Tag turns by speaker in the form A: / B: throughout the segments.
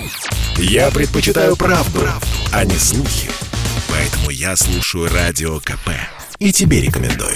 A: Я предпочитаю правду, а не слухи. Поэтому я слушаю Радио КП. И тебе рекомендую.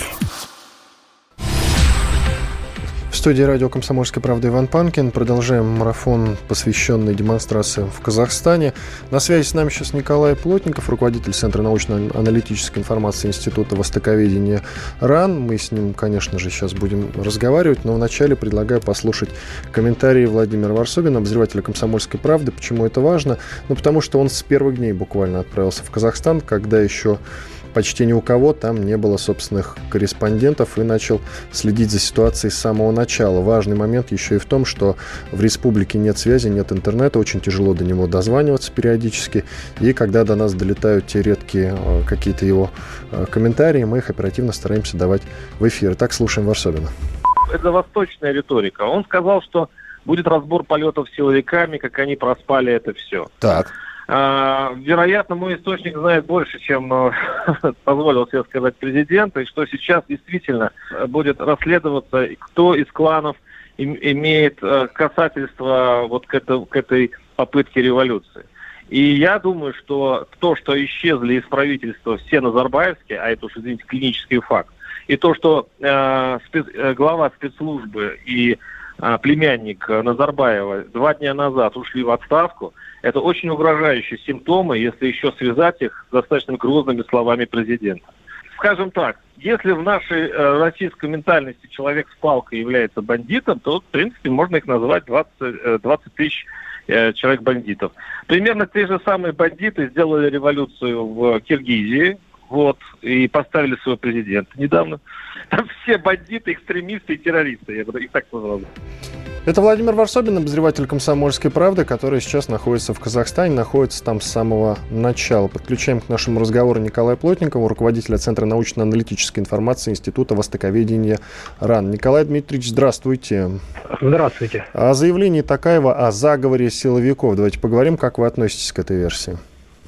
B: В студии радио «Комсомольская правда» Иван Панкин. Продолжаем марафон, посвященный демонстрациям в Казахстане. На связи с нами сейчас Николай Плотников, руководитель Центра научно-аналитической информации Института востоковедения РАН. Мы с ним, конечно же, сейчас будем разговаривать, но вначале предлагаю послушать комментарии Владимира Варсобина, обозревателя «Комсомольской правды». Почему это важно? Ну, потому что он с первых дней буквально отправился в Казахстан, когда еще почти ни у кого там не было собственных корреспондентов, и начал следить за ситуацией с самого начала. Важный момент еще и в том, что в республике нет связи, нет интернета, очень тяжело до него дозваниваться периодически, и когда до нас долетают те редкие какие-то его комментарии, мы их оперативно стараемся давать в эфир. Так, слушаем Варсобина.
C: Это восточная риторика. Он сказал, что будет разбор полетов силовиками, как они проспали это все.
B: Так.
C: Вероятно, мой источник знает больше, чем позволил себе сказать президент, и что сейчас действительно будет расследоваться, кто из кланов имеет касательство вот к этой попытке революции. И я думаю, что то, что исчезли из правительства все назарбаевские, а это уж, извините, клинический факт, и то, что глава спецслужбы и племянник Назарбаева 2 дня назад ушли в отставку, это очень угрожающие симптомы, если еще связать их с достаточно грозными словами президента. Скажем так, если в нашей российской ментальности человек с палкой является бандитом, то, в принципе, можно их назвать 20 тысяч человек-бандитов. Примерно те же самые бандиты сделали революцию в Киргизии, и поставили своего президента недавно. Там все бандиты, экстремисты и террористы, я бы их так назвал.
B: Это Владимир Варсобин, обозреватель «Комсомольской правды», который сейчас находится в Казахстане, находится там с самого начала. Подключаем к нашему разговору Николая Плотникова, руководителя Центра научно-аналитической информации Института востоковедения РАН. Николай Дмитриевич, здравствуйте.
D: Здравствуйте.
B: О заявлении Токаева о заговоре силовиков. Давайте поговорим, как вы относитесь к этой версии.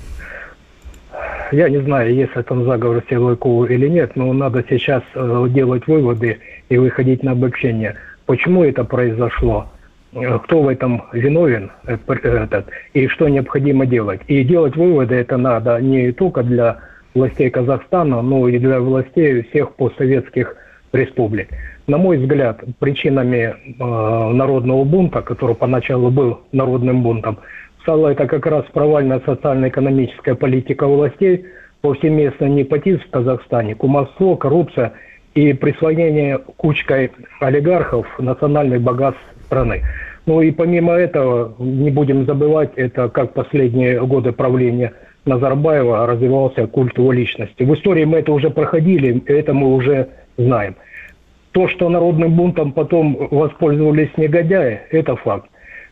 D: Я не знаю, есть ли там заговор силовиков или нет, но надо сейчас делать выводы и выходить на обобщение. Почему это произошло? Кто в этом виновен? И что необходимо делать? И делать выводы это надо не только для властей Казахстана, но и для властей всех постсоветских республик. На мой взгляд, причинами народного бунта, который поначалу был народным бунтом, стала это как раз провальная социально-экономическая политика властей, повсеместный непотизм в Казахстане, кумовство, коррупция и присвоение кучкой олигархов национальных богатств страны. Ну и помимо этого, не будем забывать, это как последние годы правления Назарбаева развивался культ его личности. В истории мы это уже проходили, это мы уже знаем. То, что народным бунтом потом воспользовались негодяи, это факт.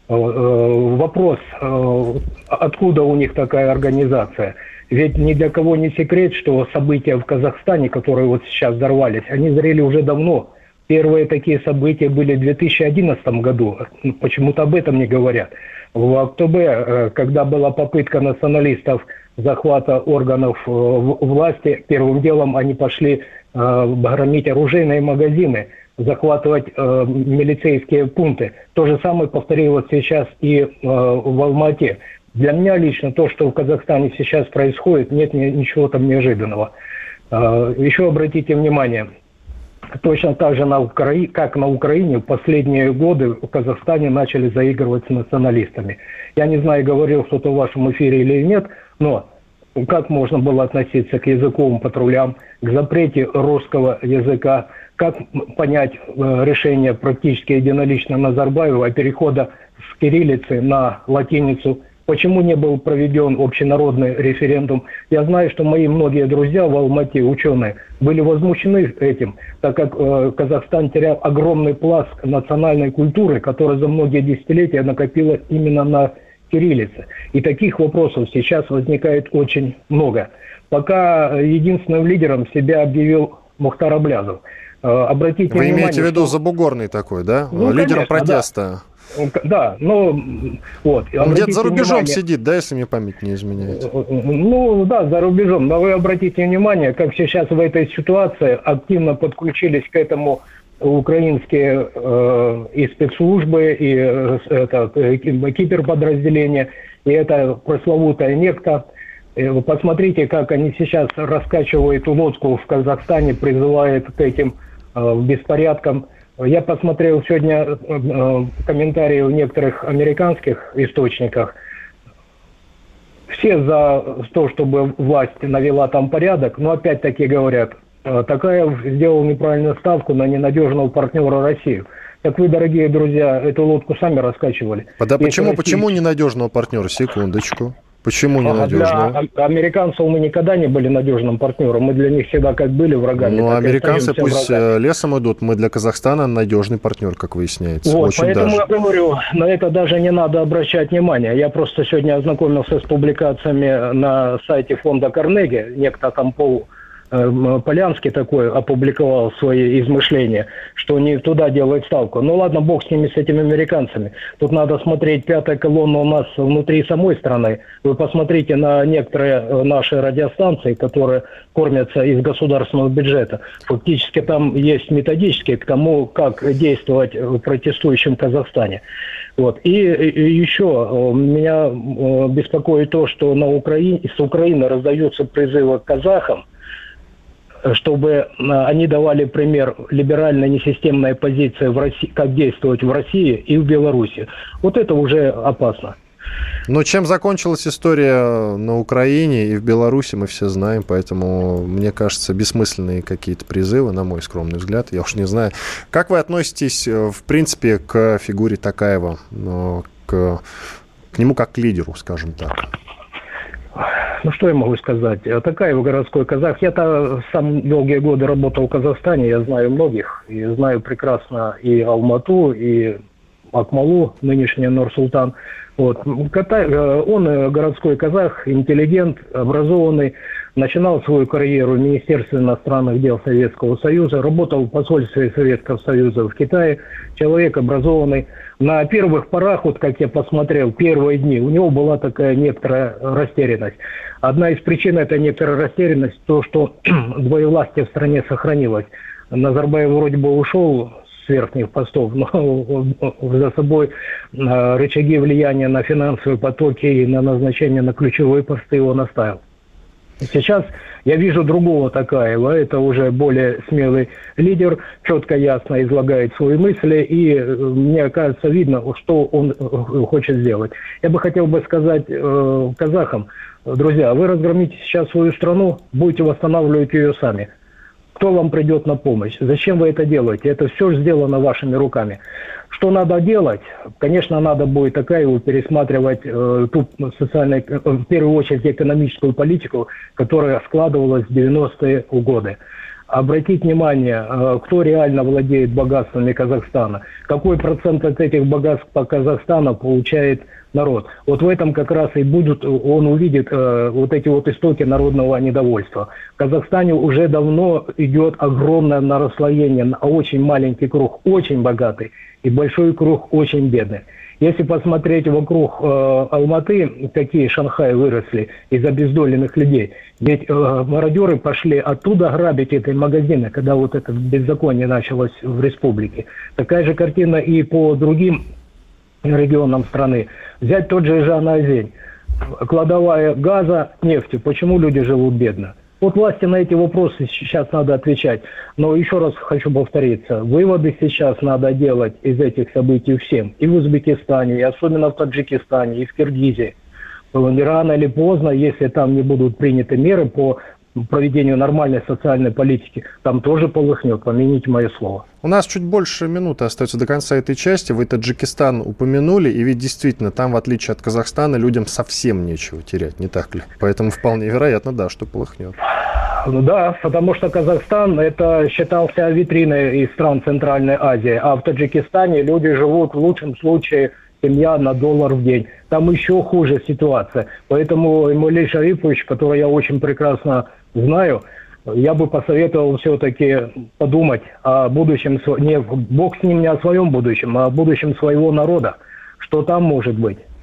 D: Вопрос, откуда у них такая организация? Ведь ни для кого не секрет, что события в Казахстане, которые вот сейчас взорвались, они зрели уже давно. Первые такие события были в 2011 году. Почему-то об этом не говорят. В октябре, когда была попытка националистов захвата органов власти, первым делом они пошли громить оружейные магазины, захватывать милицейские пункты. То же самое повторилось сейчас и в Алмате. Для меня лично то, что в Казахстане сейчас происходит, нет ничего там неожиданного. Еще обратите внимание, точно так же, как на Украине, в последние годы в Казахстане начали заигрывать с националистами. Я не знаю, говорил кто-то в вашем эфире или нет, но как можно было относиться к языковым патрулям, к запрете русского языка, как понять решение практически единолично Назарбаева о перехода с кириллицы на латиницу? Почему не был проведен общенародный референдум? Я знаю, что мои многие друзья в Алмате, ученые, были возмущены этим, так как Казахстан терял огромный пласт национальной культуры, которая за многие десятилетия накопилась именно на кириллице. И таких вопросов сейчас возникает очень много. Пока единственным лидером себя объявил Мухтар Аблязов. Обратите
B: Вы
D: внимание,
B: имеете в виду Забугорный такой, да?
D: Ну,
B: лидер
D: конечно,
B: протеста.
D: Да, но вот.
B: Он где-то за рубежом сидит, да, если мне память не изменяет?
D: Ну, да, за рубежом. Но вы обратите внимание, как сейчас в этой ситуации активно подключились к этому украинские и спецслужбы, и киберподразделения, и это пресловутая некто. Вы посмотрите, как они сейчас раскачивают лодку в Казахстане, призывают к этим беспорядкам. Я посмотрел сегодня комментарии в некоторых американских источниках. Все за то, чтобы власть навела там порядок, но опять-таки говорят, Такаев сделал неправильную ставку на ненадежного партнера России. Так вы, дорогие друзья, эту лодку сами раскачивали.
B: Почему ненадежного партнера? Секундочку. Почему ненадежного?
D: Для американцев мы никогда не были надежным партнером. Мы для них всегда как были врагами.
B: Ну, американцы пусть лесом идут. Мы для Казахстана надежный партнер, как выясняется.
D: Вот,
B: очень
D: поэтому
B: даже.
D: Я говорю, на это даже не надо обращать внимание. Я просто сегодня ознакомился с публикациями на сайте фонда Карнеги. Некто там Полянский такой опубликовал свои измышления, что не туда делает ставку. Ну ладно, бог с ними, с этими американцами. Тут надо смотреть пятая колонна у нас внутри самой страны. Вы посмотрите на некоторые наши радиостанции, которые кормятся из государственного бюджета. Фактически там есть методические к тому, как действовать протестующим в Казахстане. Вот. И еще меня беспокоит то, что с Украины раздаются призывы к казахам, чтобы они давали пример либеральной несистемной позиции в России, как действовать в России и в Беларуси. Вот это уже опасно.
B: Но чем закончилась история на Украине и в Беларуси, мы все знаем, поэтому, мне кажется, бессмысленные какие-то призывы, на мой скромный взгляд, я уж не знаю. Как вы относитесь, в принципе, к фигуре Такаева, к нему как к лидеру, скажем так?
D: Ну, что я могу сказать? Такаев городской казах. Я-то сам долгие годы работал в Казахстане, я знаю многих. И знаю прекрасно и Алмату, и Акмалу, нынешний Нур-Султан. Вот. Он городской казах, интеллигент, образованный. Начинал свою карьеру в Министерстве иностранных дел Советского Союза, работал в посольстве Советского Союза в Китае. Человек образованный. На первых порах, вот как я посмотрел, первые дни, у него была такая некоторая растерянность. Одна из причин этой некоторой растерянности, то, что двоевластие в стране сохранилось. Назарбаев вроде бы ушел с верхних постов, но за собой рычаги влияния на финансовые потоки и на назначение на ключевые посты он оставил. Сейчас я вижу другого Такаева, это уже более смелый лидер, четко, ясно излагает свои мысли, и мне кажется, видно, что он хочет сделать. Я бы хотел сказать казахам, друзья, вы разгромите сейчас свою страну, будете восстанавливать ее сами. Кто вам придет на помощь? Зачем вы это делаете? Это все сделано вашими руками. Что надо делать? Конечно, надо будет Такаеву пересматривать ту социальную, в первую очередь, экономическую политику, которая складывалась в 90-е годы. Обратить внимание, кто реально владеет богатствами Казахстана, какой процент от этих богатств по Казахстану получает народ. Вот в этом как раз и он увидит вот эти вот истоки народного недовольства. В Казахстане уже давно идет огромное расслоение на очень маленький круг, очень богатый, и большой круг, очень бедный. Если посмотреть вокруг Алматы, какие Шанхаи выросли из обездоленных людей, ведь мародеры пошли оттуда грабить эти магазины, когда вот это беззаконие началось в республике. Такая же картина и по другим регионам страны. Взять тот же Жаназень, кладовая газа, нефти. Почему люди живут бедно? Вот власти на эти вопросы сейчас надо отвечать. Но еще раз хочу повториться. Выводы сейчас надо делать из этих событий всем. И в Узбекистане, и особенно в Таджикистане, и в Киргизии. Рано или поздно, если там не будут приняты меры по проведению нормальной социальной политики, там тоже полыхнет, помяните мое слово.
B: У нас чуть больше минуты остается до конца этой части. Вы Таджикистан упомянули, и ведь действительно там, в отличие от Казахстана, людям совсем нечего терять, не так ли? Поэтому вполне вероятно, да, что полыхнет.
D: Да, потому что Казахстан это считался витриной из стран Центральной Азии, а в Таджикистане люди живут в лучшем случае семья на $1 в день. Там еще хуже ситуация. Поэтому Мулей Шарипович, которого я очень прекрасно знаю, я бы посоветовал все-таки подумать о будущем, не бог с ним, не о своем будущем, а о будущем своего народа. Что там может быть?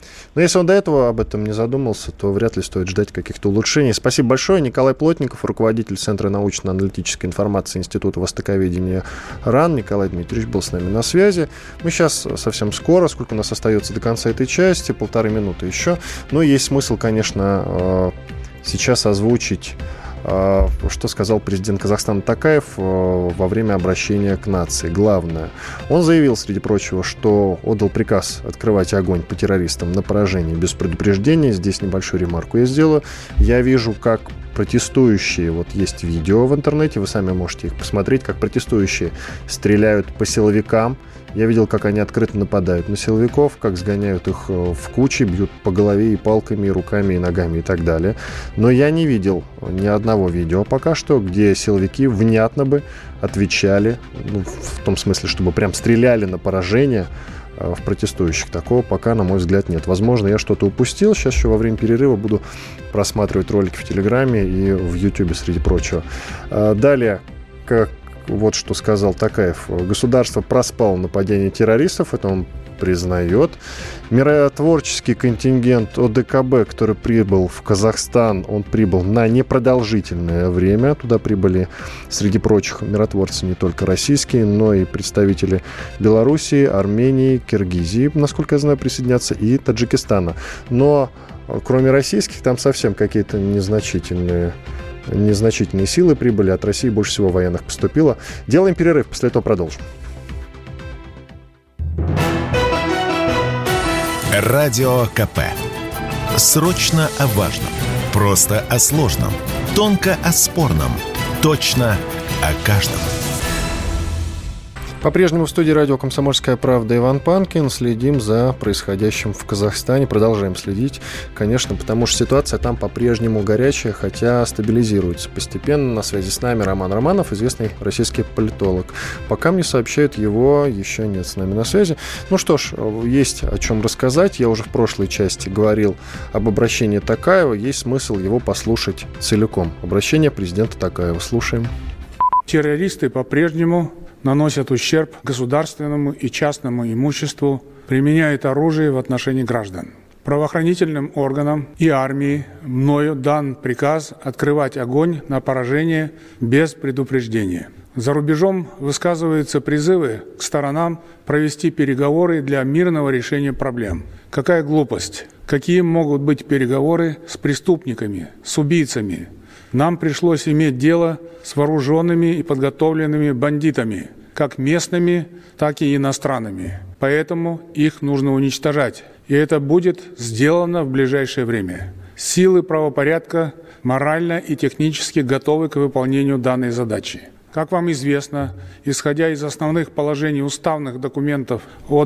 B: Но если он до этого об этом не задумался, то вряд ли стоит ждать каких-то улучшений. Спасибо большое. Николай Плотников, руководитель Центра научно-аналитической информации Института востоковедения РАН. Николай Дмитриевич был с нами на связи. Мы сейчас совсем скоро, сколько у нас остается до конца этой части, 1,5 минуты еще. Но есть смысл, конечно, сейчас озвучить, что сказал президент Казахстана Токаев во время обращения к нации. Главное, он заявил, среди прочего, что отдал приказ открывать огонь по террористам на поражение без предупреждения. Здесь небольшую ремарку я сделаю. Я вижу, как протестующие, вот есть видео в интернете, вы сами можете их посмотреть, как протестующие стреляют по силовикам. Я видел, как они открыто нападают на силовиков, как сгоняют их в кучи, бьют по голове и палками, и руками, и ногами, и так далее. Но я не видел ни одного видео пока что, где силовики внятно бы отвечали, в том смысле, чтобы прям стреляли на поражение в протестующих. Такого пока, на мой взгляд, нет. Возможно, я что-то упустил. Сейчас еще во время перерыва буду просматривать ролики в Телеграме и в Ютубе, среди прочего. Далее, вот что сказал Токаев. Государство проспало нападение террористов, это он признает. Миротворческий контингент ОДКБ, который прибыл в Казахстан, он прибыл на непродолжительное время. Туда прибыли, среди прочих, миротворцы не только российские, но и представители Белоруссии, Армении, Киргизии, насколько я знаю, присоединятся, и Таджикистана. Но кроме российских, там совсем какие-то незначительные силы прибыли. От России больше всего военных поступило. Делаем перерыв, после этого продолжим.
A: Радио КП. Срочно о важном. Просто о сложном. Тонко о спорном. Точно о каждом.
B: По-прежнему в студии радио «Комсомольская правда» Иван Панкин. Следим за происходящим в Казахстане. Продолжаем следить, конечно, потому что ситуация там по-прежнему горячая, хотя стабилизируется постепенно. На связи с нами Роман Романов, известный российский политолог. Пока мне сообщают, его еще нет с нами на связи. Ну что ж, есть о чем рассказать. Я уже в прошлой части говорил об обращении Токаева. Есть смысл его послушать целиком. Обращение президента Токаева. Слушаем.
E: Террористы по-прежнему наносят ущерб государственному и частному имуществу, применяют оружие в отношении граждан. Правоохранительным органам и армии мною дан приказ открывать огонь на поражение без предупреждения. За рубежом высказываются призывы к сторонам провести переговоры для мирного решения проблем. Какая глупость! Какие могут быть переговоры с преступниками, с убийцами? Нам пришлось иметь дело с вооруженными и подготовленными бандитами, как местными, так и иностранными. Поэтому их нужно уничтожать. И это будет сделано в ближайшее время. Силы правопорядка морально и технически готовы к выполнению данной задачи. Как вам известно, исходя из основных положений уставных документов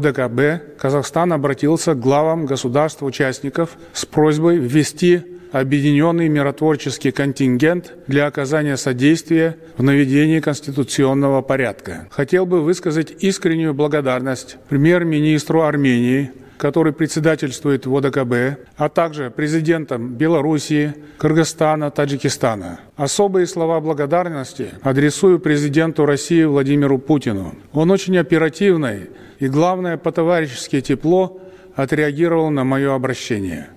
E: ОДКБ, Казахстан обратился к главам государств-участников с просьбой ввести объединенный миротворческий контингент для оказания содействия в наведении конституционного порядка. Хотел бы высказать искреннюю благодарность премьер-министру Армении, который председательствует в ОДКБ, а также президентам Белоруссии, Кыргызстана, Таджикистана. Особые слова благодарности адресую президенту России Владимиру Путину. Он очень оперативно и, главное, по-товарищески тепло отреагировал на мое обращение.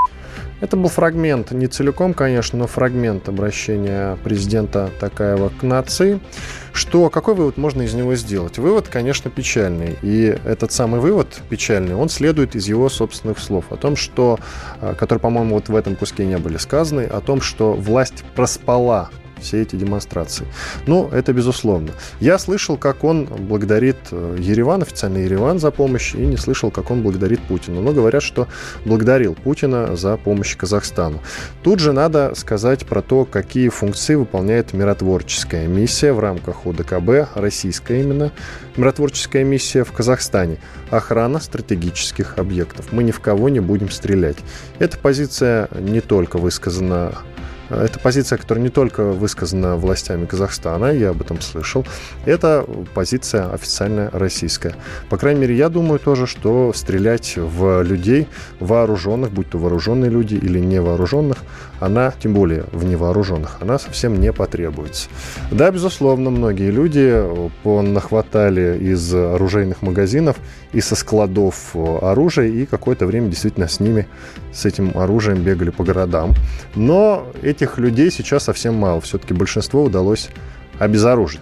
B: Это был фрагмент, не целиком, конечно, но фрагмент обращения президента Токаева к нации. Какой вывод можно из него сделать? Вывод, конечно, печальный. И этот самый вывод печальный, он следует из его собственных слов. О том, что, которые, по-моему, вот в этом куске не были сказаны, о том, что власть проспала все эти демонстрации. Ну, это безусловно. Я слышал, как он благодарит Ереван, официальный Ереван, за помощь, и не слышал, как он благодарит Путина. Но говорят, что благодарил Путина за помощь Казахстану. Тут же надо сказать про то, какие функции выполняет миротворческая миссия в рамках ОДКБ, российская именно миротворческая миссия в Казахстане. Охрана стратегических объектов. Мы ни в кого не будем стрелять. Эта позиция не только высказана Это позиция, которая не только высказана властями Казахстана, я об этом слышал. Это позиция официальная российская. По крайней мере, я думаю тоже, что стрелять в людей вооруженных, будь то вооруженные люди или невооруженных, она, тем более в невооруженных, она совсем не потребуется. Да, безусловно, многие люди нахватали из оружейных магазинов и со складов оружия, и какое-то время действительно с этим оружием бегали по городам. Но этих людей сейчас совсем мало. Все-таки большинство удалось обезоружить.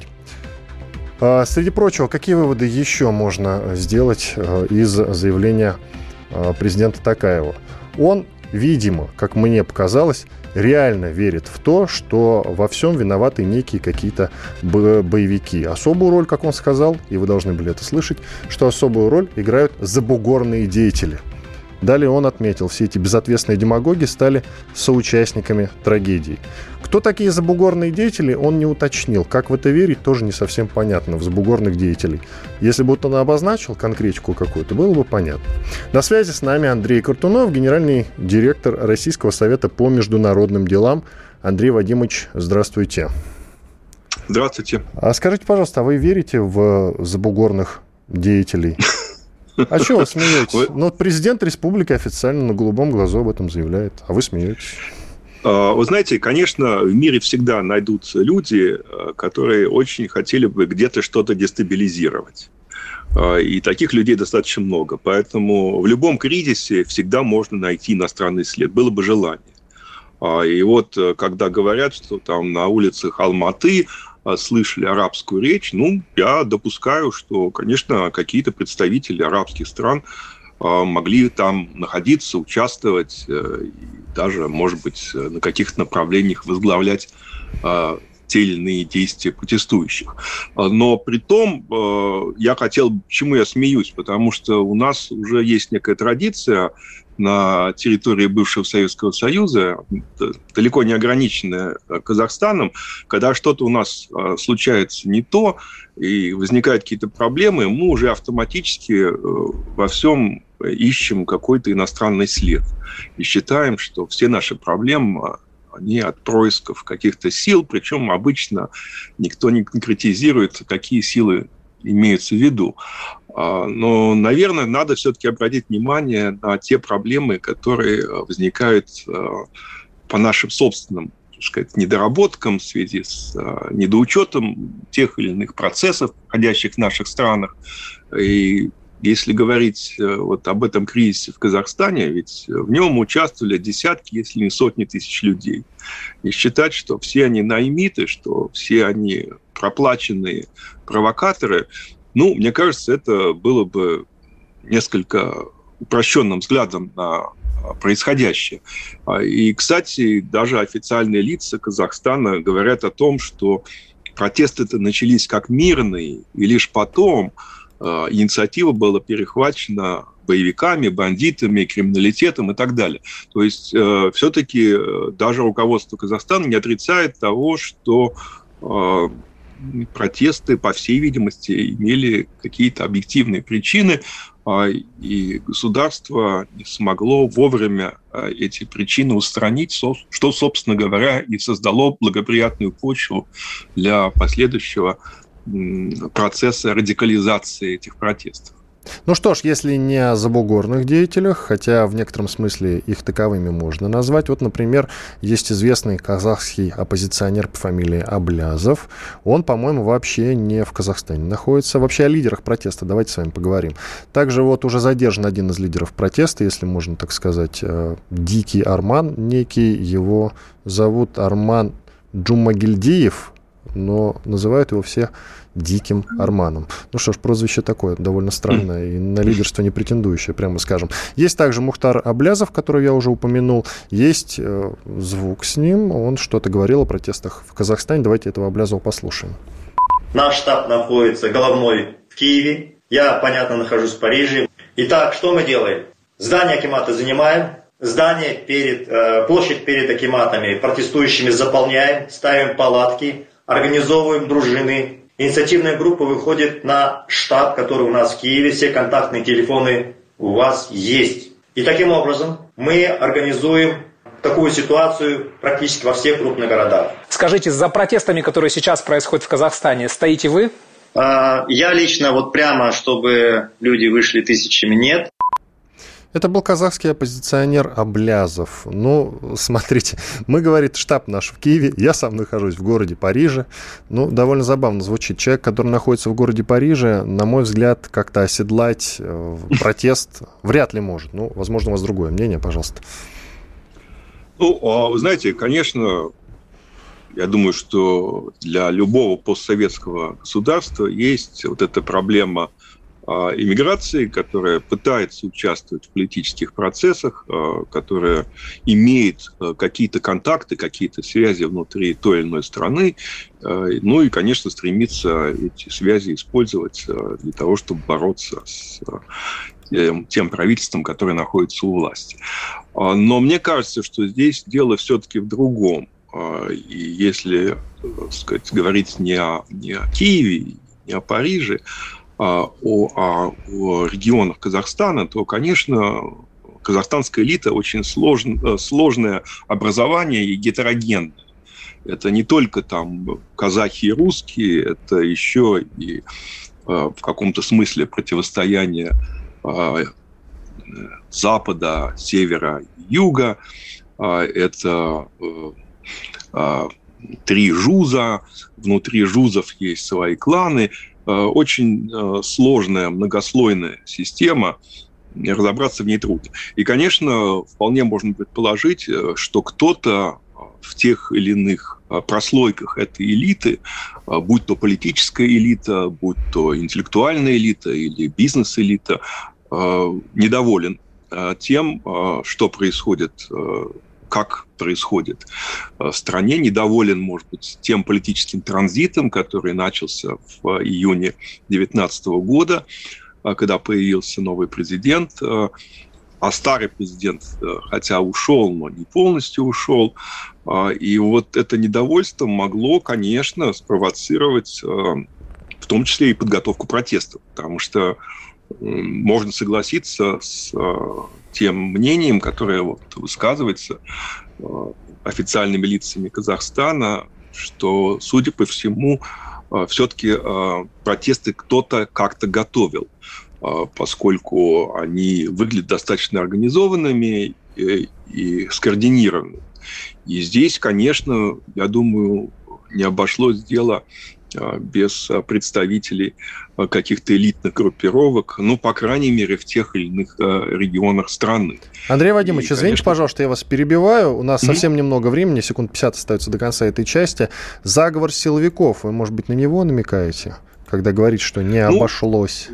B: Среди прочего, какие выводы еще можно сделать из заявления президента Токаева? Он, видимо, как мне показалось, реально верит в то, что во всем виноваты некие какие-то боевики. Особую роль, как он сказал, и вы должны были это слышать, что особую роль играют забугорные деятели. Далее он отметил, все эти безответственные демагоги стали соучастниками трагедии. Кто такие забугорные деятели, он не уточнил. Как в это верить, тоже не совсем понятно, в забугорных деятелей. Если бы он обозначил конкретику какую-то, было бы понятно. На связи с нами Андрей Картунов, генеральный директор Российского совета по международным делам. Андрей Вадимович, здравствуйте.
F: Здравствуйте.
B: А скажите, пожалуйста, а вы верите в забугорных деятелей? А чего вы смеетесь? Ну, президент республики официально на голубом глазу об этом заявляет, а вы смеетесь.
F: Вы знаете, конечно, в мире всегда найдутся люди, которые очень хотели бы где-то что-то дестабилизировать. И таких людей достаточно много. Поэтому в любом кризисе всегда можно найти иностранный след. Было бы желание. И вот когда говорят, что там на улицах Алматы слышали арабскую речь, я допускаю, что, конечно, какие-то представители арабских стран могли там находиться, участвовать, и даже, может быть, на каких-то направлениях возглавлять те или иные действия протестующих. Но при том, почему я смеюсь, потому что у нас уже есть некая традиция на территории бывшего Советского Союза, далеко не ограниченная Казахстаном, когда что-то у нас случается не то, и возникают какие-то проблемы, мы уже автоматически во всем ищем какой-то иностранный след. И считаем, что все наши проблемы, они от происков каких-то сил, причем обычно никто не конкретизирует, какие силы имеются в виду. Но, наверное, надо все-таки обратить внимание на те проблемы, которые возникают по нашим собственным, так сказать, недоработкам в связи с недоучетом тех или иных процессов, происходящих в наших странах. И если говорить вот об этом кризисе в Казахстане, ведь в нем участвовали десятки, если не сотни тысяч людей. И считать, что все они наймиты, что все они проплаченные провокаторы, мне кажется, это было бы несколько упрощенным взглядом на происходящее. И, кстати, даже официальные лица Казахстана говорят о том, что протесты-то начались как мирные, и лишь потом инициатива была перехвачена боевиками, бандитами, криминалитетом и так далее. То есть все-таки даже руководство Казахстана не отрицает того, что протесты, по всей видимости, имели какие-то объективные причины, и государство не смогло вовремя эти причины устранить, что, собственно говоря, и создало благоприятную почву для последующего процесса радикализации этих протестов.
B: Ну что ж, если не о забугорных деятелях, хотя в некотором смысле их таковыми можно назвать. Вот, например, есть известный казахский оппозиционер по фамилии Аблязов. Он, по-моему, вообще не в Казахстане находится. Вообще о лидерах протеста давайте с вами поговорим. Также вот уже задержан один из лидеров протеста, если можно так сказать, Дикий Арман некий. Его зовут Арман Джумагильдиев, но называют его все Диким Арманом. Ну что ж, прозвище такое, довольно странное и на лидерство не претендующее, прямо скажем. Есть также Мухтар Аблязов, которого я уже упомянул. Есть звук с ним, он что-то говорил о протестах в Казахстане. Давайте этого Аблязова послушаем.
G: Наш штаб находится головной в Киеве. Я, понятно, нахожусь в Париже. Итак, что мы делаем? Здание акимата занимаем. Площадь перед акиматами протестующими заполняем. Ставим палатки, организовываем дружины. Инициативная группа выходит на штаб, который у нас в Киеве. Все контактные телефоны у вас есть. И таким образом мы организуем такую ситуацию практически во всех крупных городах.
H: Скажите, за протестами, которые сейчас происходят в Казахстане, стоите вы?
G: Я лично прямо, чтобы люди вышли тысячами, нет.
B: Это был казахский оппозиционер Аблязов. Смотрите, мы, говорит, штаб наш в Киеве, я сам нахожусь в городе Париже. Довольно забавно звучит. Человек, который находится в городе Париже, на мой взгляд, как-то оседлать протест вряд ли может. Возможно, у вас другое мнение, пожалуйста.
F: Вы знаете, конечно, я думаю, что для любого постсоветского государства есть эта проблема иммиграции, которая пытается участвовать в политических процессах, которая имеет какие-то контакты, какие-то связи внутри той или иной страны, и, конечно, стремится эти связи использовать для того, чтобы бороться с тем правительством, которое находится у власти. Но мне кажется, что здесь дело все-таки в другом. И если, так сказать, говорить не о Киеве, не о Париже, о регионах Казахстана, то, конечно, казахстанская элита очень сложное образование и гетерогенное. Это не только там казахи и русские, это еще и в каком-то смысле противостояние запада, севера, юга. Это 3 жуза, внутри жузов есть свои кланы. Очень сложная, многослойная система, разобраться в ней трудно. И, конечно, вполне можно предположить, что кто-то в тех или иных прослойках этой элиты, будь то политическая элита, будь то интеллектуальная элита или бизнес-элита, недоволен тем, что происходит, как происходит в стране, недоволен, может быть, тем политическим транзитом, который начался в июне 2019 года, когда появился новый президент, а старый президент, хотя ушел, но не полностью ушел. И это недовольство могло, конечно, спровоцировать в том числе и подготовку протестов, потому что можно согласиться с тем мнением, которое высказывается официальными лицами Казахстана, что, судя по всему, все-таки протесты кто-то как-то готовил, поскольку они выглядят достаточно организованными и скоординированными. И здесь, конечно, я думаю, не обошлось дело без представителей каких-то элитных группировок, по крайней мере, в тех или иных регионах страны.
B: Андрей Вадимович, извините, пожалуйста, я вас перебиваю. У нас совсем немного времени, секунд 50 остается до конца этой части. Заговор силовиков, вы, может быть, на него намекаете, когда говорите, что не обошлось?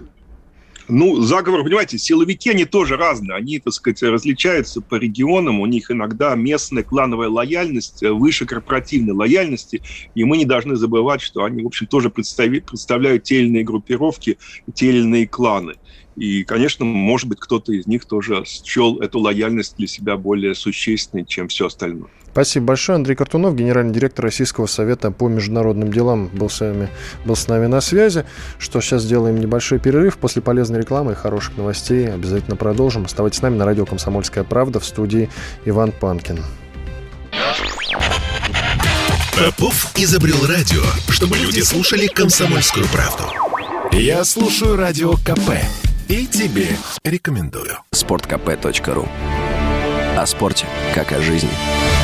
F: Заговор, понимаете, силовики, они тоже разные. Они, так сказать, различаются по регионам. У них иногда местная клановая лояльность выше корпоративной лояльности. И мы не должны забывать, что они, в общем, тоже представляют те или иные группировки, те или иные кланы. И, конечно, может быть, кто-то из них тоже счел эту лояльность для себя более существенной, чем все остальное.
B: Спасибо большое. Андрей Картунов, генеральный директор Российского совета по международным делам, был с нами на связи. Что сейчас сделаем небольшой перерыв. После полезной рекламы и хороших новостей обязательно продолжим. Оставайтесь с нами на радио «Комсомольская правда», в студии Иван Панкин.
A: Попов изобрел радио, чтобы люди слушали «Комсомольскую правду». Я слушаю радио КП и тебе рекомендую.
I: Sportkp.ru. О спорте, как о жизни.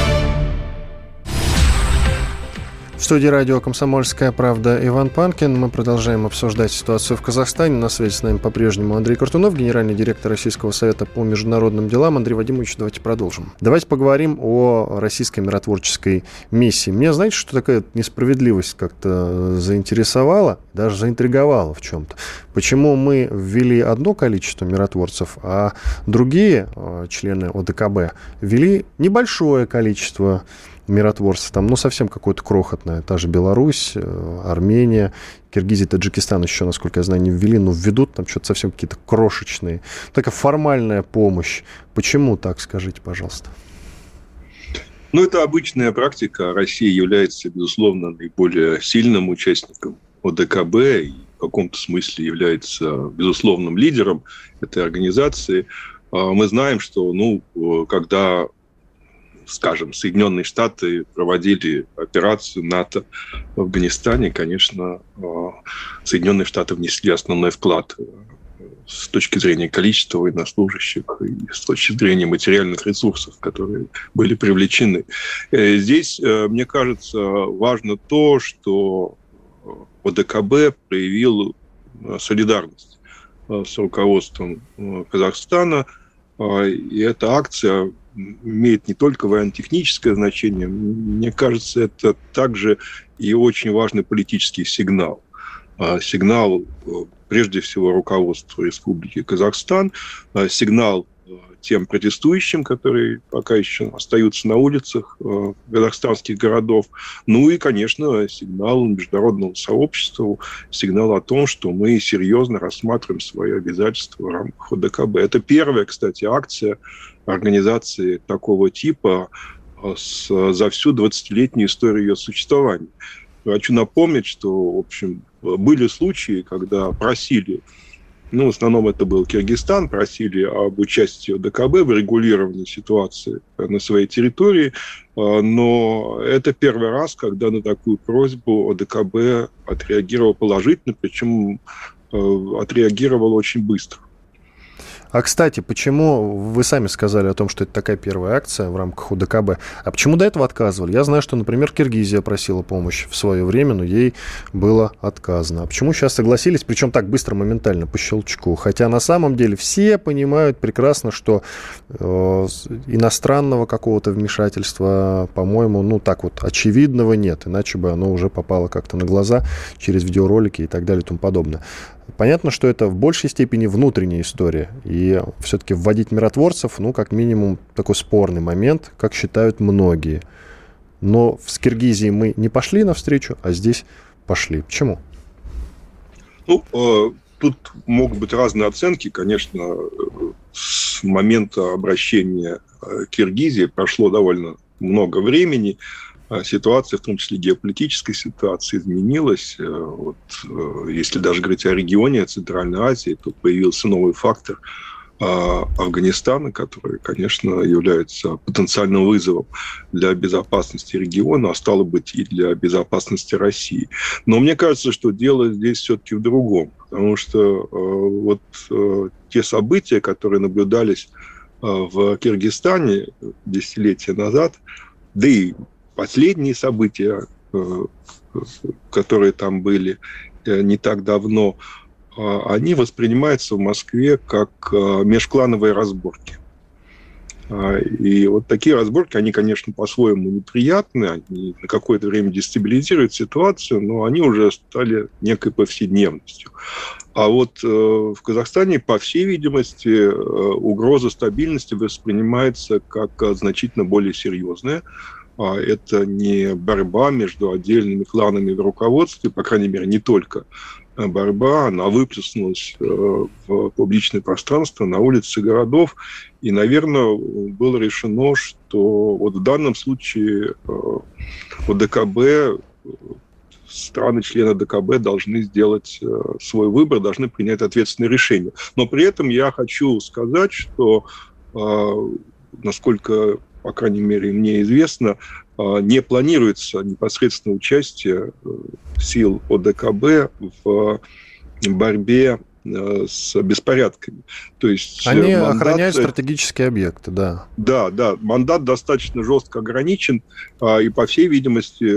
B: В студии радио «Комсомольская правда» Иван Панкин. Мы продолжаем обсуждать ситуацию в Казахстане. На связи с нами по-прежнему Андрей Картунов, генеральный директор Российского совета по международным делам. Андрей Вадимович, давайте продолжим. Давайте поговорим о российской миротворческой миссии. Меня, знаете, что такая несправедливость как-то заинтересовала, даже заинтриговала в чем-то. Почему мы ввели одно количество миротворцев, а другие члены ОДКБ ввели небольшое количество миротворцев, там, совсем какое-то крохотное. Та же Беларусь, Армения, Киргизия, Таджикистан еще, насколько я знаю, не ввели, но введут там что-то совсем какие-то крошечные. Такая формальная помощь. Почему так, скажите, пожалуйста?
F: Это обычная практика. Россия является, безусловно, наиболее сильным участником ОДКБ и в каком-то смысле является безусловным лидером этой организации. Мы знаем, что, когда скажем, Соединенные Штаты проводили операцию НАТО в Афганистане, конечно, Соединенные Штаты внесли основной вклад с точки зрения количества военнослужащих и с точки зрения материальных ресурсов, которые были привлечены. Здесь, мне кажется, важно то, что ОДКБ проявил солидарность с руководством Казахстана, и эта акция имеет не только военно-техническое значение, мне кажется, это также и очень важный политический сигнал. Сигнал, прежде всего, руководству Республики Казахстан, сигнал тем протестующим, которые пока еще остаются на улицах казахстанских городов, ну и, конечно, сигнал международному сообществу, сигнал о том, что мы серьезно рассматриваем свои обязательства в рамках ОДКБ. Это первая, кстати, акция организации такого типа за всю 20-летнюю историю ее существования. Хочу напомнить, что, в общем, были случаи, когда просили, в основном это был Киргизстан, просили об участии ОДКБ в регулировании ситуации на своей территории, но это первый раз, когда на такую просьбу ОДКБ отреагировал положительно, причем отреагировал очень быстро.
B: А, кстати, почему вы сами сказали о том, что это такая первая акция в рамках ОДКБ, а почему до этого отказывали? Я знаю, что, например, Киргизия просила помощи в свое время, но ей было отказано. А почему сейчас согласились, причем так быстро, моментально, по щелчку? Хотя на самом деле все понимают прекрасно, что иностранного какого-то вмешательства, по-моему, так вот очевидного нет, иначе бы оно уже попало как-то на глаза через видеоролики и так далее и тому подобное. Понятно, что это в большей степени внутренняя история. И все-таки вводить миротворцев, как минимум, такой спорный момент, как считают многие. Но с Киргизией мы не пошли навстречу, а здесь пошли. Почему?
F: Тут могут быть разные оценки. Конечно, с момента обращения Киргизии прошло довольно много времени. Ситуация, в том числе геополитическая ситуация, изменилась. Если даже говорить о регионе, о Центральной Азии, то появился новый фактор Афганистана, который, конечно, является потенциальным вызовом для безопасности региона, а стало быть и для безопасности России. Но мне кажется, что дело здесь все-таки в другом, потому что те события, которые наблюдались в Киргизстане десятилетия назад, да и последние события, которые там были не так давно, они воспринимаются в Москве как межклановые разборки. И вот такие разборки, они, конечно, по-своему неприятны, они на какое-то время дестабилизируют ситуацию, но они уже стали некой повседневностью. А вот в Казахстане, по всей видимости, угроза стабильности воспринимается как значительно более серьезная. Это не борьба между отдельными кланами в руководстве, по крайней мере, не только борьба, она выплеснулась в публичное пространство, на улицы городов, и, наверное, было решено, что вот в данном случае ОДКБ, страны-члены ОДКБ должны сделать свой выбор, должны принять ответственное решение. Но при этом я хочу сказать, что, насколько, по крайней мере, мне известно, не планируется непосредственно участие сил ОДКБ в борьбе с беспорядками. То есть
B: они охраняют стратегические объекты, да.
F: Да, мандат достаточно жестко ограничен, и, по всей видимости,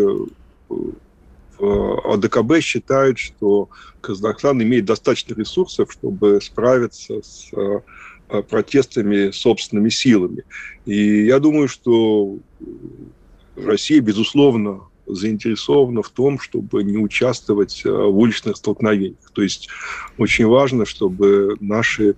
F: ОДКБ считает, что Казахстан имеет достаточно ресурсов, чтобы справиться с протестами собственными силами. И я думаю, что Россия, безусловно, заинтересована в том, чтобы не участвовать в уличных столкновениях. То есть очень важно, чтобы наших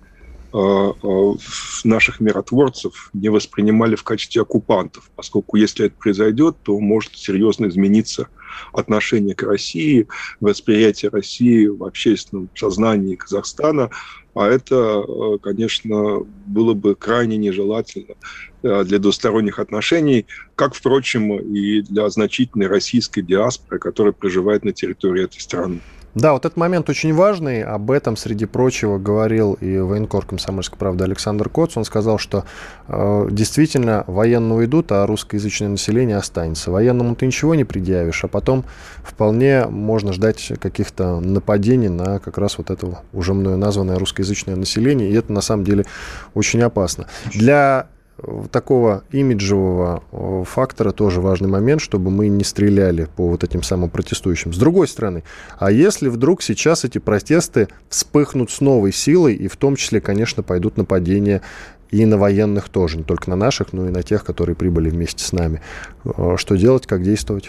F: миротворцев не воспринимали в качестве оккупантов, поскольку если это произойдет, то может серьезно измениться отношение к России, восприятие России в общественном сознании Казахстана, а это, конечно, было бы крайне нежелательно для двусторонних отношений, как, впрочем, и для значительной российской диаспоры, которая проживает на территории этой страны.
B: Да, вот этот момент очень важный. Об этом, среди прочего, говорил и военкор «Комсомольской правды» Александр Коц. Он сказал, что действительно военные уйдут, а русскоязычное население останется. Военному ты ничего не предъявишь, а потом вполне можно ждать каких-то нападений на как раз вот это уже мною названное русскоязычное население. И это, на самом деле, очень опасно. Для такого имиджевого фактора тоже важный момент, чтобы мы не стреляли по вот этим самым протестующим. С другой стороны, а если вдруг сейчас эти протесты вспыхнут с новой силой, и в том числе, конечно, пойдут нападения и на военных тоже, не только на наших, но и на тех, которые прибыли вместе с нами. Что делать, как действовать?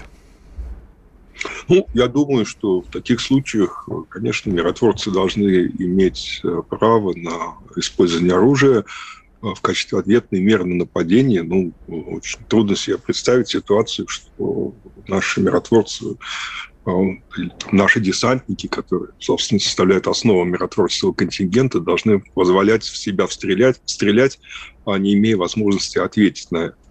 F: Я думаю, что в таких случаях, конечно, миротворцы должны иметь право на использование оружия в качестве ответной меры на нападение. Очень трудно себе представить ситуацию, что наши миротворцы, наши десантники, которые, собственно, составляют основу миротворческого контингента, должны позволять в себя стрелять, не имея возможности ответить на это.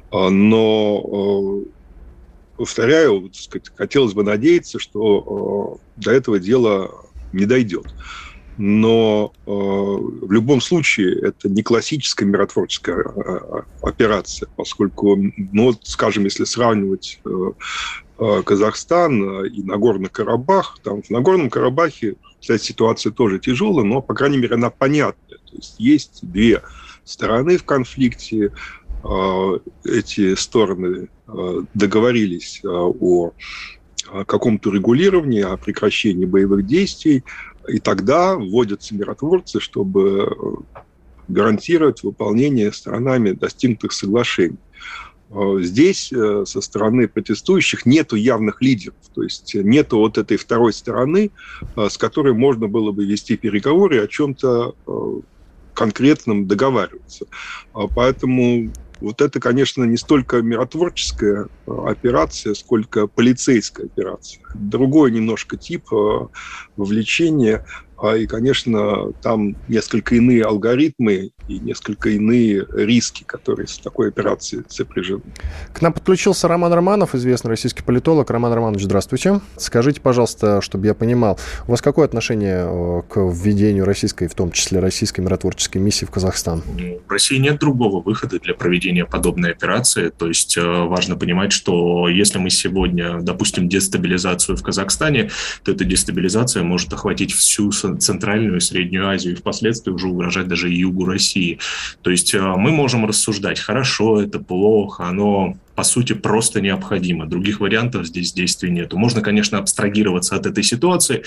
F: Но, повторяю, хотелось бы надеяться, что до этого дела не дойдет. Но в любом случае это не классическая миротворческая операция, поскольку, скажем, если сравнивать Казахстан и Нагорный Карабах, там в Нагорном Карабахе, кстати, ситуация тоже тяжелая, но, по крайней мере, она понятная. То есть две стороны в конфликте, эти стороны договорились о каком-то регулировании, о прекращении боевых действий, и тогда вводятся миротворцы, чтобы гарантировать выполнение сторонами достигнутых соглашений. Здесь со стороны протестующих нету явных лидеров, то есть нету вот этой второй стороны, с которой можно было бы вести переговоры и о чем-то конкретном договариваться. Поэтому вот это, конечно, не столько миротворческая операция, сколько полицейская операция. Другой немножко тип вовлечения. И, конечно, там несколько иные алгоритмы и несколько иные риски, которые с такой операцией сопряжены.
B: К нам подключился Роман Романов, известный российский политолог. Роман Романович, здравствуйте. Скажите, пожалуйста, чтобы я понимал, у вас какое отношение к введению российской, в том числе российской миротворческой миссии в Казахстан?
J: В России нет другого выхода для проведения подобной операции. То есть важно понимать, что если мы сегодня допустим дестабилизацию в Казахстане, то эта дестабилизация может охватить всю Центральную и Среднюю Азию, и впоследствии уже угрожать даже и югу России. То есть мы можем рассуждать, хорошо, это плохо, оно по сути просто необходимо. Других вариантов здесь действий нету. Можно, конечно, абстрагироваться от этой ситуации.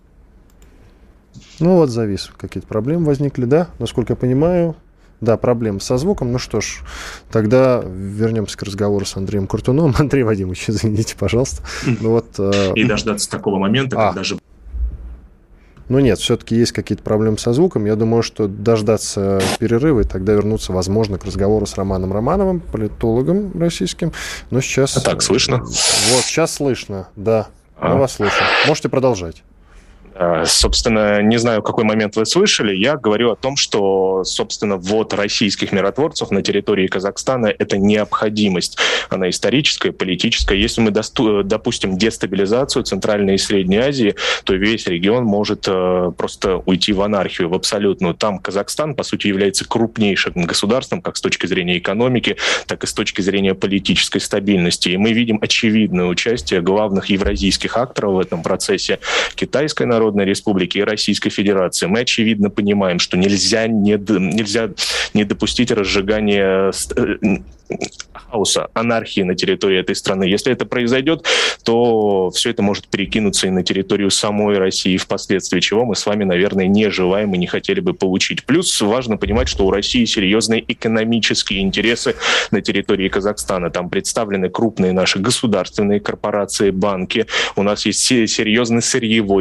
B: Завис. Какие-то проблемы возникли, да? Насколько я понимаю, да, проблемы со звуком. Что ж, тогда вернемся к разговору с Андреем Куртуновым. Андрей Вадимович, извините, пожалуйста.
J: И дождаться такого момента, когда же...
B: Нет, все-таки есть какие-то проблемы со звуком. Я думаю, что дождаться перерыва и тогда вернуться, возможно, к разговору с Романом Романовым, политологом российским. Но сейчас...
J: Так, слышно?
B: Сейчас слышно, да. Я вас слышу. Можете продолжать.
J: Собственно, не знаю, какой момент вы слышали, я говорю о том, что, собственно, ввод российских миротворцев на территории Казахстана – это необходимость. Она историческая, политическая. Если мы допустим дестабилизацию Центральной и Средней Азии, то весь регион может просто уйти в анархию, в абсолютную. Там Казахстан, по сути, является крупнейшим государством, как с точки зрения экономики, так и с точки зрения политической стабильности. И мы видим очевидное участие главных евразийских акторов в этом процессе – Китайской Народной Республики и Российской Федерации. Мы, очевидно, понимаем, что нельзя не допустить разжигания хаоса, анархии на территории этой страны. Если это произойдет, то все это может перекинуться и на территорию самой России впоследствии, чего мы с вами, наверное, не желаем и не хотели бы получить. Плюс важно понимать, что у России серьезные экономические интересы на территории Казахстана. Там представлены крупные наши государственные корпорации, банки. У нас есть серьезный сырьевой сектор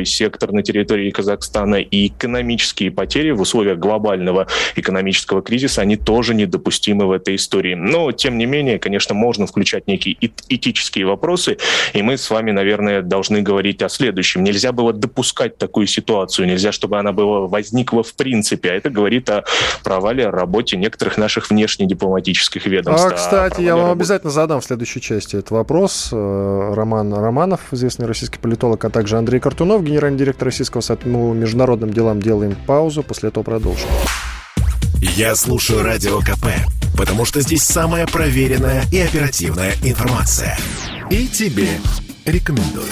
J: СССР на территории Казахстана, и экономические потери в условиях глобального экономического кризиса, они тоже недопустимы в этой истории. Но, тем не менее, конечно, можно включать некие этические вопросы, и мы с вами, наверное, должны говорить о следующем. Нельзя было допускать такую ситуацию, нельзя, чтобы она возникла в принципе, а это говорит о провале работе некоторых наших внешнедипломатических ведомств.
B: Кстати, я вам обязательно задам в следующей части этот вопрос. Роман Романов, известный российский политолог, а также Андрей Картунов, генеральный директор Российского совета по международным делам. Делаем паузу, после этого продолжим.
A: Я слушаю Радио КП, потому что здесь самая проверенная и оперативная информация. И тебе рекомендую.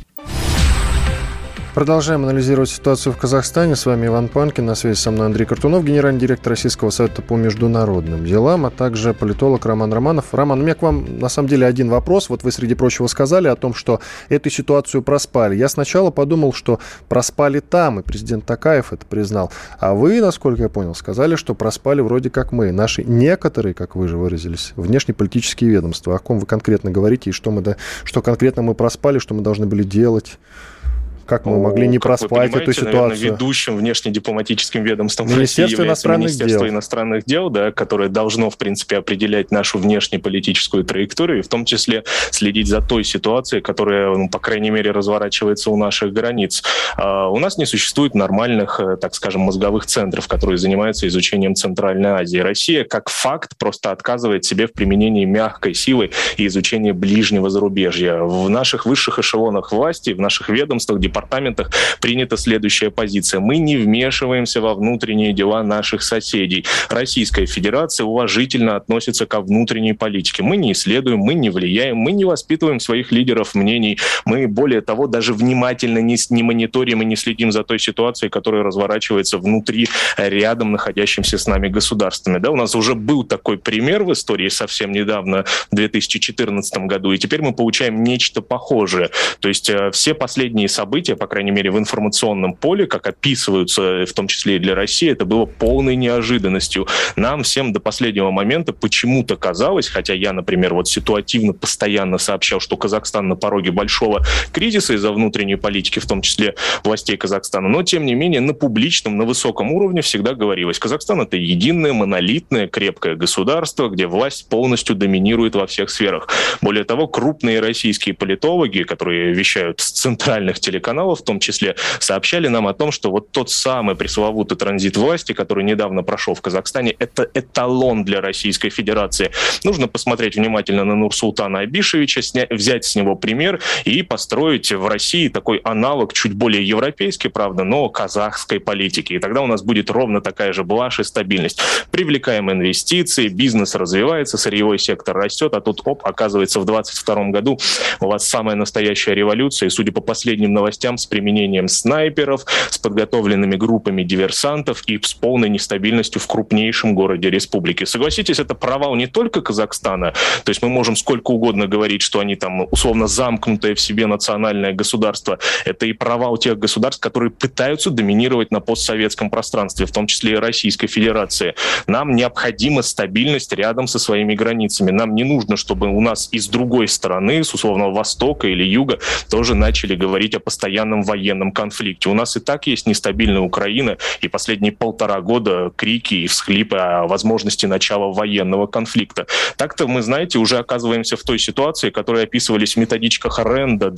B: Продолжаем анализировать ситуацию в Казахстане. С вами Иван Панкин. На связи со мной Андрей Картунов, генеральный директор Российского совета по международным делам, а также политолог Роман Романов. Роман, у меня к вам на самом деле один вопрос. Вот вы, среди прочего, сказали о том, что эту ситуацию проспали. Я сначала подумал, что проспали там, и президент Токаев это признал. А вы, насколько я понял, сказали, что проспали вроде как мы. Наши некоторые, как вы же выразились, внешнеполитические ведомства. О ком вы конкретно говорите и что конкретно мы проспали, что мы должны были делать? Как мы могли не проспать эту ситуацию?
J: Наверное, ведущим внешнедипломатическим ведомством России является Министерство иностранных дел, да, которое должно, в принципе, определять нашу внешнеполитическую траекторию, и в том числе следить за той ситуацией, которая, по крайней мере, разворачивается у наших границ. У нас не существует нормальных, так скажем, мозговых центров, которые занимаются изучением Центральной Азии. Россия, как факт, просто отказывает себе в применении мягкой силы и изучении ближнего зарубежья. В наших высших эшелонах власти, в наших ведомствах, департаментах принята следующая позиция. Мы не вмешиваемся во внутренние дела наших соседей. Российская Федерация уважительно относится ко внутренней политике. Мы не исследуем, мы не влияем, мы не воспитываем своих лидеров мнений. Мы, более того, даже внимательно не мониторим и не следим за той ситуацией, которая разворачивается внутри рядом находящимся с нами государствами. Да, у нас уже был такой пример в истории совсем недавно, в 2014 году, и теперь мы получаем нечто похожее. То есть все последние события, по крайней мере, в информационном поле, как описываются, в том числе и для России, это было полной неожиданностью. Нам всем до последнего момента почему-то казалось, хотя я, например, вот ситуативно постоянно сообщал, что Казахстан на пороге большого кризиса из-за внутренней политики, в том числе властей Казахстана, но, тем не менее, на публичном, на высоком уровне всегда говорилось, Казахстан — это единое, монолитное, крепкое государство, где власть полностью доминирует во всех сферах. Более того, крупные российские политологи, которые вещают с центральных телеканалов, в том числе, сообщали нам о том, что вот тот самый пресловутый транзит власти, который недавно прошел в Казахстане, это эталон для Российской Федерации. Нужно посмотреть внимательно на Нурсултана Абишевича, взять с него пример и построить в России такой аналог, чуть более европейский, правда, но казахской политики. И тогда у нас будет ровно такая же блажь и стабильность. Привлекаем инвестиции, бизнес развивается, сырьевой сектор растет, а тут, оказывается, в 2022 году у вас самая настоящая революция, и, судя по последним новостям, с применением снайперов, с подготовленными группами диверсантов и с полной нестабильностью в крупнейшем городе республики. Согласитесь, это провал не только Казахстана, то есть мы можем сколько угодно говорить, что они там условно замкнутое в себе национальное государство, это и провал тех государств, которые пытаются доминировать на постсоветском пространстве, в том числе и Российской Федерации. Нам необходима стабильность рядом со своими границами. Нам не нужно, чтобы у нас и с другой стороны, с условного востока или юга, тоже начали говорить о постоянном военном конфликте. У нас и так есть нестабильная Украина, и последние 1,5 года крики и всхлипы о возможности начала военного конфликта. Так-то мы, знаете, уже оказываемся в той ситуации, которая описывались в методичках Ренда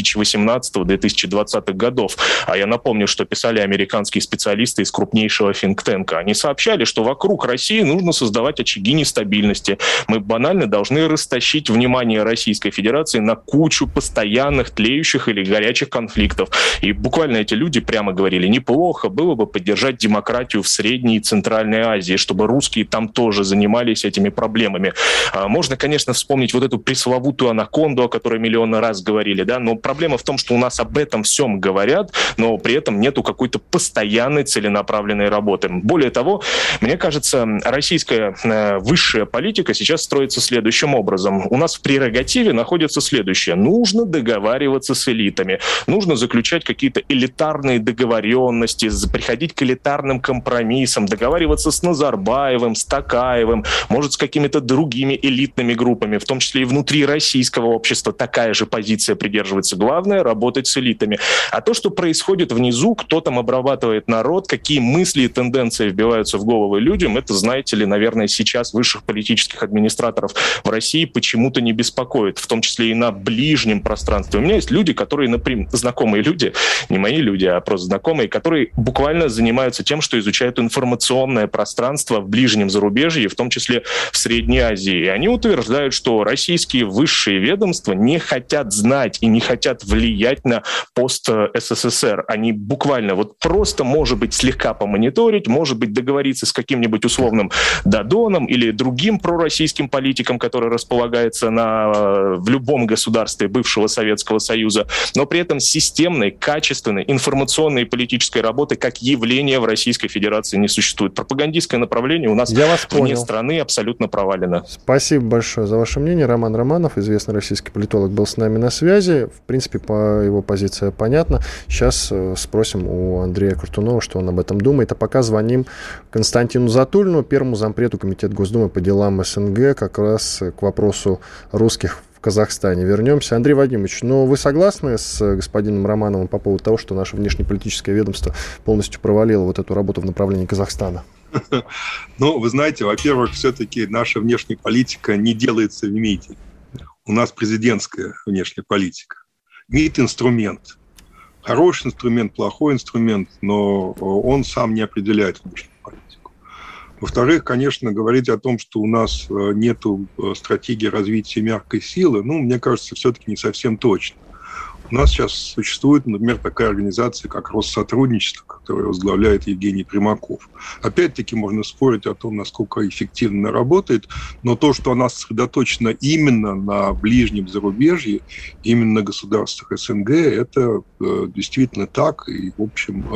J: 2018-2020 годов. А я напомню, что писали американские специалисты из крупнейшего think-танка. Они сообщали, что вокруг России нужно создавать очаги нестабильности. Мы банально должны растащить внимание Российской Федерации на кучу постоянных тлеющих или горячих конфликтов. И буквально эти люди прямо говорили, неплохо было бы поддержать демократию в Средней и Центральной Азии, чтобы русские там тоже занимались этими проблемами. Можно, конечно, вспомнить вот эту пресловутую анаконду, о которой миллионы раз говорили, да, но проблема в том, что у нас об этом всем говорят, но при этом нету какой-то постоянной целенаправленной работы. Более того, мне кажется, российская высшая политика сейчас строится следующим образом. У нас в прерогативе находится следующее. Нужно договариваться с элитами, нужно нужно заключать какие-то элитарные договоренности, приходить к элитарным компромиссам, договариваться с Назарбаевым, с Токаевым, может, с какими-то другими элитными группами, в том числе и внутри российского общества такая же позиция придерживается. Главное — работать с элитами. А то, что происходит внизу, кто там обрабатывает народ, какие мысли и тенденции вбиваются в головы людям, это, знаете ли, наверное, сейчас высших политических администраторов в России почему-то не беспокоит, в том числе и на ближнем пространстве. У меня есть люди, которые, например, знакомые люди, не мои люди, а просто знакомые, которые буквально занимаются тем, что изучают информационное пространство в ближнем зарубежье, в том числе в Средней Азии. И они утверждают, что российские высшие ведомства не хотят знать и не хотят влиять на пост СССР. Они буквально вот просто, может быть, слегка помониторить, может быть, договориться с каким-нибудь условным Додоном или другим пророссийским политиком, который располагается в любом государстве бывшего Советского Союза, но при этом системной, качественной информационной и политической работы как явление в Российской Федерации не существует. Пропагандистское направление у нас вне страны абсолютно провалено.
B: Спасибо большое за ваше мнение. Роман Романов, известный российский политолог, был с нами на связи. В принципе, по его позиции понятно. Сейчас спросим у Андрея Картунова, что он об этом думает. А пока звоним Константину Затулину, первому зампреду Комитета Госдумы по делам СНГ, как раз к вопросу русских в Казахстане. Вернемся. Андрей Вадимович, вы согласны с господином Романовым по поводу того, что наше внешнеполитическое ведомство полностью провалило вот эту работу в направлении Казахстана?
F: Вы знаете, во-первых, все-таки наша внешняя политика не делается в МИДе. У нас президентская внешняя политика. МИД – инструмент. Хороший инструмент, плохой инструмент, но он сам не определяет внешнюю политику. Во-вторых, конечно, говорить о том, что у нас нет стратегии развития мягкой силы, мне кажется, все-таки не совсем точно. У нас сейчас существует, например, такая организация, как Россотрудничество, которую возглавляет Евгений Примаков. Опять-таки можно спорить о том, насколько эффективно она работает, но то, что она сосредоточена именно на ближнем зарубежье, именно на государствах СНГ, это действительно так. И, в общем,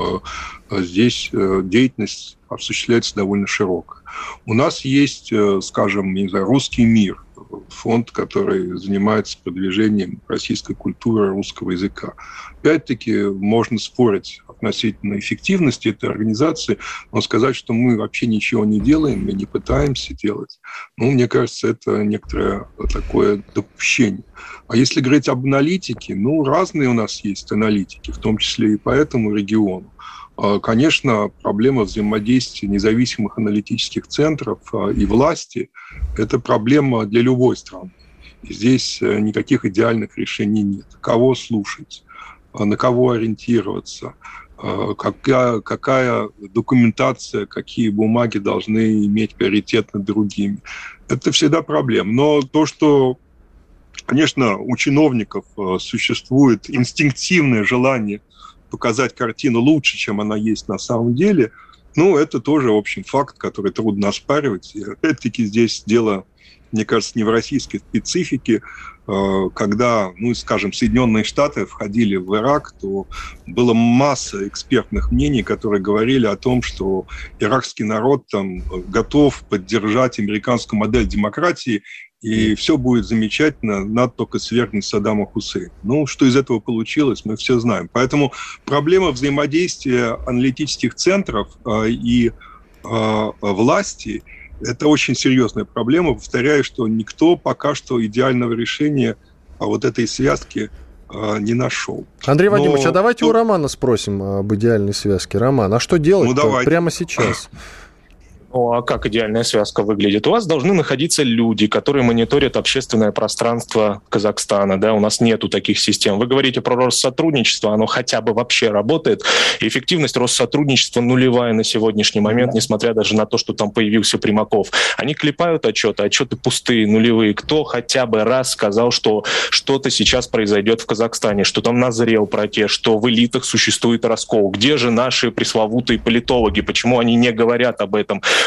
F: здесь деятельность осуществляется довольно широкая. У нас есть, скажем, «Русский мир», фонд, который занимается продвижением российской культуры, русского языка. Опять-таки, можно спорить относительно эффективности этой организации, но сказать, что мы вообще ничего не делаем и не пытаемся делать, мне кажется, это некоторое такое допущение. А если говорить об аналитике, разные у нас есть аналитики, в том числе и по этому региону. Конечно, проблема взаимодействия независимых аналитических центров и власти – это проблема для любой страны. И здесь никаких идеальных решений нет. Кого слушать, на кого ориентироваться, какая документация, какие бумаги должны иметь приоритет над другими. Это всегда проблема. Но то, что, конечно, у чиновников существует инстинктивное желание показать картину лучше, чем она есть на самом деле, это тоже, в общем, факт, который трудно оспаривать. И опять-таки здесь дело, мне кажется, не в российской специфике. Когда, скажем, Соединенные Штаты входили в Ирак, то была масса экспертных мнений, которые говорили о том, что иракский народ там готов поддержать американскую модель демократии, и все будет замечательно, надо только свергнуть Саддама Хусейна. Что из этого получилось, мы все знаем. Поэтому проблема взаимодействия аналитических центров и власти – это очень серьезная проблема. Повторяю, что никто пока что идеального решения вот этой связки не нашел.
B: Андрей Вадимович, а давайте у Романа спросим об идеальной связке. Роман, а что делать прямо сейчас?
J: А как идеальная связка выглядит? У вас должны находиться люди, которые мониторят общественное пространство Казахстана. Да? У нас нету таких систем. Вы говорите про Россотрудничество, оно хотя бы вообще работает. И эффективность Россотрудничества нулевая на сегодняшний момент, несмотря даже на то, что там появился Примаков. Они клепают отчеты пустые, нулевые. Кто хотя бы раз сказал, что что-то сейчас произойдет в Казахстане, что там назрел протест, что в элитах существует раскол? Где же наши пресловутые политологи? Почему они не говорят об этом?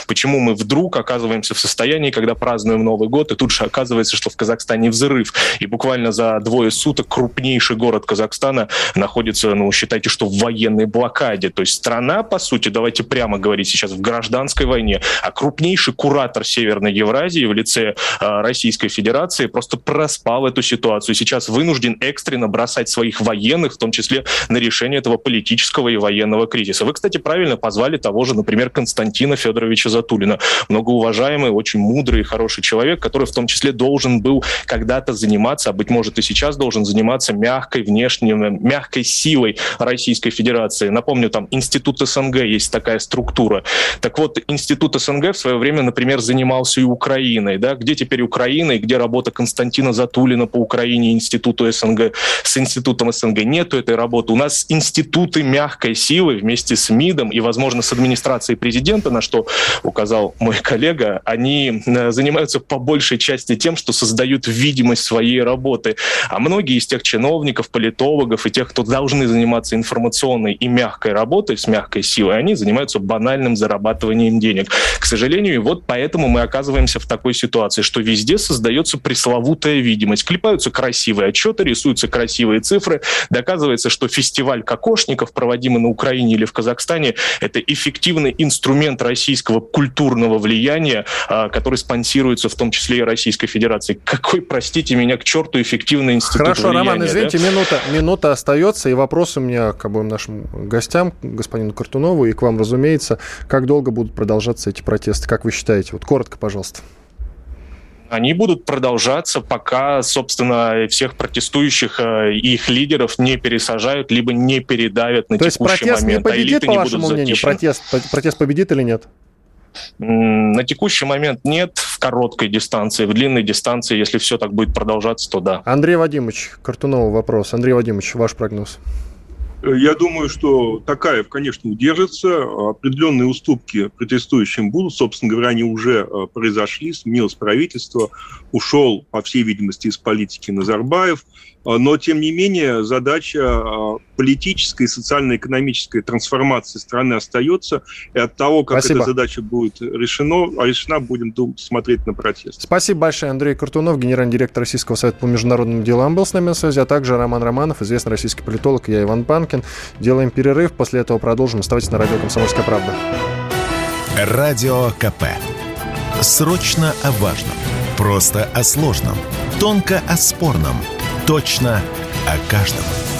J: Почему мы вдруг оказываемся в состоянии, когда празднуем Новый год, и тут же оказывается, что в Казахстане взрыв. И буквально за 2 суток крупнейший город Казахстана находится, считайте, что в военной блокаде. То есть страна, по сути, давайте прямо говорить сейчас, в гражданской войне. А крупнейший куратор Северной Евразии в лице Российской Федерации просто проспал эту ситуацию. Сейчас вынужден экстренно бросать своих военных, в том числе на решение этого политического и военного кризиса. Вы, кстати, правильно позвали того же, например, Константина Федоровича Затулина. Многоуважаемый, очень мудрый и хороший человек, который в том числе должен был когда-то заниматься, а быть может и сейчас должен заниматься мягкой силой Российской Федерации. Напомню, там Институт СНГ есть такая структура. Так вот, Институт СНГ в свое время, например, занимался и Украиной. Да? Где теперь Украина и где работа Константина Затулина по Украине, Институту СНГ, с Институтом СНГ? Нету этой работы. У нас институты мягкой силы вместе с МИДом и, возможно, с администрацией президента, на что указал мой коллега, они занимаются по большей части тем, что создают видимость своей работы. А многие из тех чиновников, политологов и тех, кто должны заниматься информационной и мягкой работой с мягкой силой, они занимаются банальным зарабатыванием денег. К сожалению, и вот поэтому мы оказываемся в такой ситуации, что везде создается пресловутая видимость. Клепаются красивые отчеты, рисуются красивые цифры, доказывается, что фестиваль кокошников, проводимый на Украине или в Казахстане, это эффективный инструмент российского культурного влияния, который спонсируется в том числе и Российской Федерацией. Какой, простите меня, к черту эффективный институт влияния?
B: Хорошо, Роман, извините, да? минута остается, и вопрос у меня к обоим нашим гостям, господину Картунову и к вам, разумеется. Как долго будут продолжаться эти протесты? Как вы считаете? Вот коротко, пожалуйста.
J: Они будут продолжаться, пока, собственно, всех протестующих и их лидеров не пересажают, либо не передавят на текущий момент.
B: То есть протест не победит, по вашему мнению? Протест победит или нет?
J: На текущий момент нет. В короткой дистанции, в длинной дистанции, если все так будет продолжаться, то да.
B: Андрей Вадимович, Картунову вопрос. Андрей Вадимович, ваш прогноз?
F: Я думаю, что Токаев, конечно, удержится. Определенные уступки протестующим будут. Собственно говоря, они уже произошли. Сменилось правительство. Ушел, по всей видимости, из политики Назарбаев. Но, тем не менее, задача политической и социально-экономической трансформации страны остается. И от того, как эта задача будет решена, будем смотреть на протест.
B: Спасибо большое. Андрей Картунов, генеральный директор Российского совета по международным делам, был с нами на связи, а также Роман Романов, известный российский политолог, я Иван Панкин. Делаем перерыв, после этого продолжим. Оставайтесь на радио «Комсомольская правда».
A: Радио КП. Срочно о важном. Просто о сложном. Тонко о спорном. Точно о каждом.